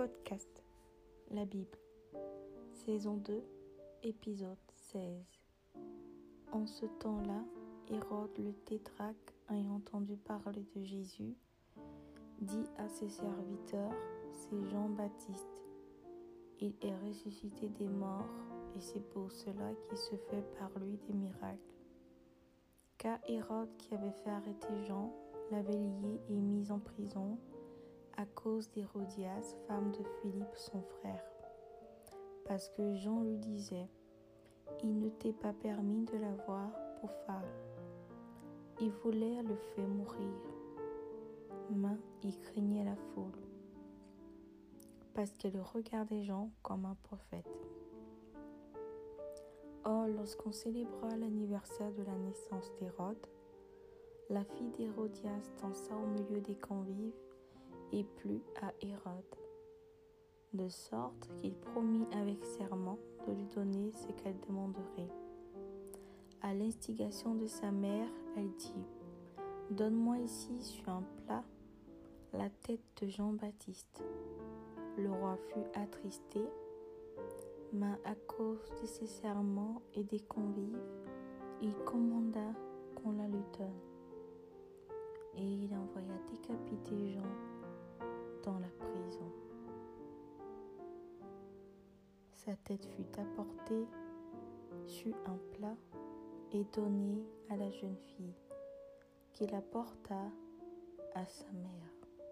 Podcast, la Bible, saison 2, épisode 16. En ce temps-là, Hérode le tétrarque, ayant entendu parler de Jésus, dit à ses serviteurs, c'est Jean-Baptiste. Il est ressuscité des morts, et c'est pour cela qu'il se fait par lui des miracles. Car Hérode, qui avait fait arrêter Jean, l'avait lié et mis en prison à cause d'Hérodias, femme de Philippe son frère. Parce que Jean lui disait, il ne t'est pas permis de l'avoir pour femme. Il voulait le faire mourir, mais il craignait la foule, parce qu'elle regardait Jean comme un prophète. Or, lorsqu'on célébra l'anniversaire de la naissance d'Hérode, la fille d'Hérodias dansa au milieu des convives et plut à Hérode, de sorte qu'il promit avec serment de lui donner ce qu'elle demanderait. À l'instigation de sa mère, elle dit, « Donne-moi ici sur un plat la tête de Jean-Baptiste. » Le roi fut attristé, mais à cause de ses serments et des convives, il commanda qu'on la lui donne. Et il envoya décapiter Jean dans la prison. Sa tête fut apportée sur un plat et donnée à la jeune fille, qui la porta à sa mère.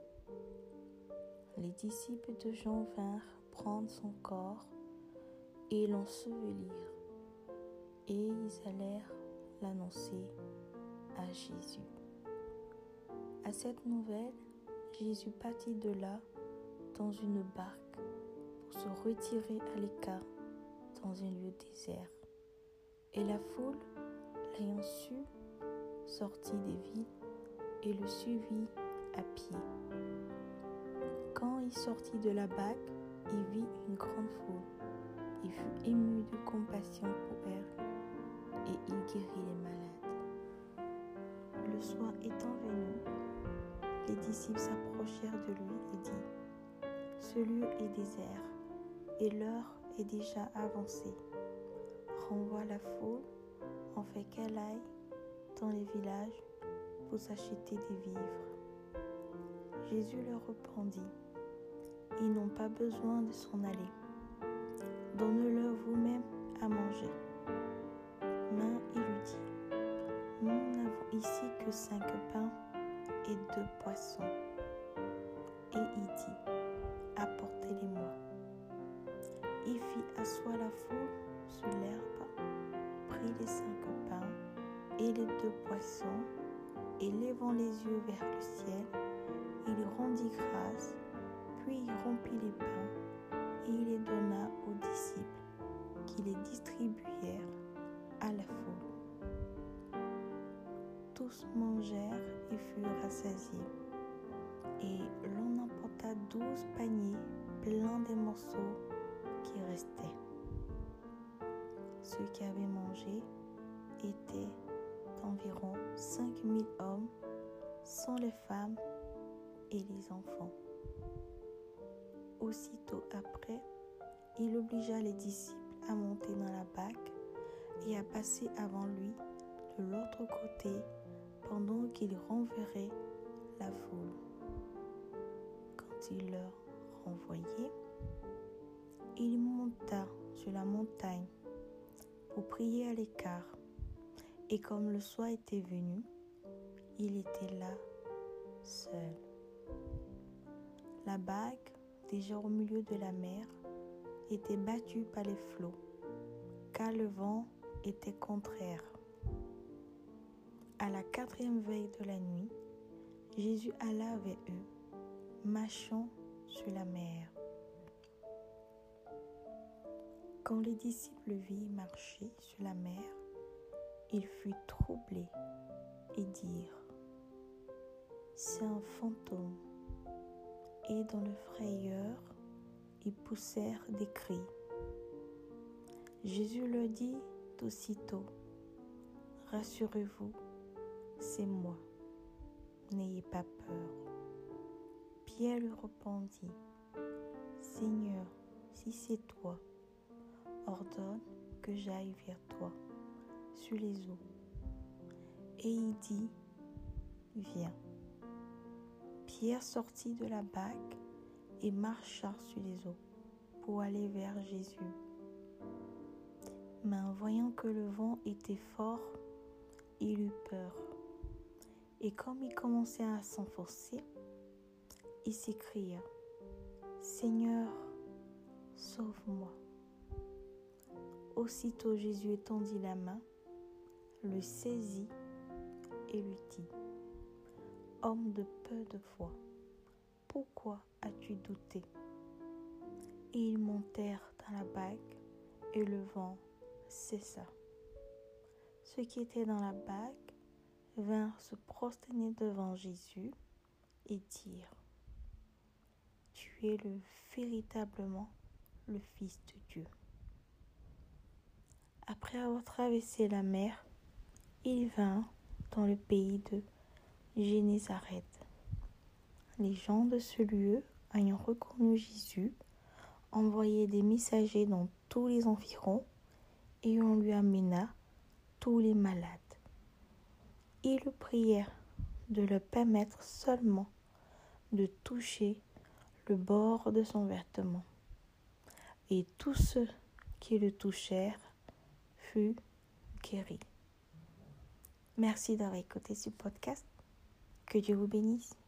Les disciples de Jean vinrent prendre son corps et l'ensevelirent, et ils allèrent l'annoncer à Jésus. À cette nouvelle, Jésus partit de là dans une barque pour se retirer à l'écart dans un lieu désert. Et la foule, l'ayant su, sortit des villes et le suivit à pied. Quand il sortit de la barque, il vit une grande foule. Il fut ému de compassion pour elle et il guérit les malades. Le soir étant venu, les disciples s'approchèrent de lui et dirent, « Ce lieu est désert et l'heure est déjà avancée. Renvoie la foule, en fait qu'elle aille dans les villages pour acheter des vivres. » Jésus leur répondit, « Ils n'ont pas besoin de s'en aller. Donne-leur vous-même à manger. » Mais il lui dit, « Nous n'avons ici que 5 pains et 2 poissons. » Et il dit, « Apportez-les-moi. » Il fit asseoir la foule sur l'herbe, prit les 5 pains et les 2 poissons, et levant les yeux vers le ciel, il rendit grâce, puis il rompit les pains, et il les donna aux disciples, qui les distribuèrent à la foule. Tous mangèrent et furent rassasiés, et l'on emporta 12 paniers pleins des morceaux qui restaient. Ceux qui avaient mangé étaient d'environ 5000 hommes, sans les femmes et les enfants. Aussitôt après, il obligea les disciples à monter dans la barque et à passer avant lui de l'autre côté pendant qu'il renverrait la foule. Quand il leur renvoyait, il monta sur la montagne pour prier à l'écart. Et comme le soir était venu, il était là, seul. La barque, déjà au milieu de la mer, était battue par les flots, car le vent était contraire. À la 4e veille de la nuit, Jésus alla vers eux, marchant sur la mer. Quand les disciples le virent marcher sur la mer, ils furent troublés et dirent, « C'est un fantôme. » Et dans leur frayeur, ils poussèrent des cris. Jésus leur dit aussitôt, « Rassurez-vous, c'est moi, n'ayez pas peur. » Pierre lui répondit, « Seigneur, si c'est toi, ordonne que j'aille vers toi sur les eaux. Et il dit, viens. Pierre sortit de la barque et marcha sur les eaux pour aller vers Jésus. Mais en voyant que le vent était fort, il eut peur. Et comme il commençait à s'enfoncer, il s'écria, Seigneur, sauve-moi. Aussitôt Jésus étendit la main, le saisit et lui dit, homme de peu de foi, pourquoi as-tu douté? Et ils montèrent dans la barque et le vent cessa. Ceux qui étaient dans la barque vinrent se prosterner devant Jésus et dirent, tu es véritablement le Fils de Dieu. Après avoir traversé la mer, ils vinrent dans le pays de Génézareth. Les gens de ce lieu, ayant reconnu Jésus, envoyaient des messagers dans tous les environs et on lui amena tous les malades. Ils le prièrent de leur permettre seulement de toucher le bord de son vêtement. Et tous ceux qui le touchèrent furent guéris. Merci d'avoir écouté ce podcast. Que Dieu vous bénisse.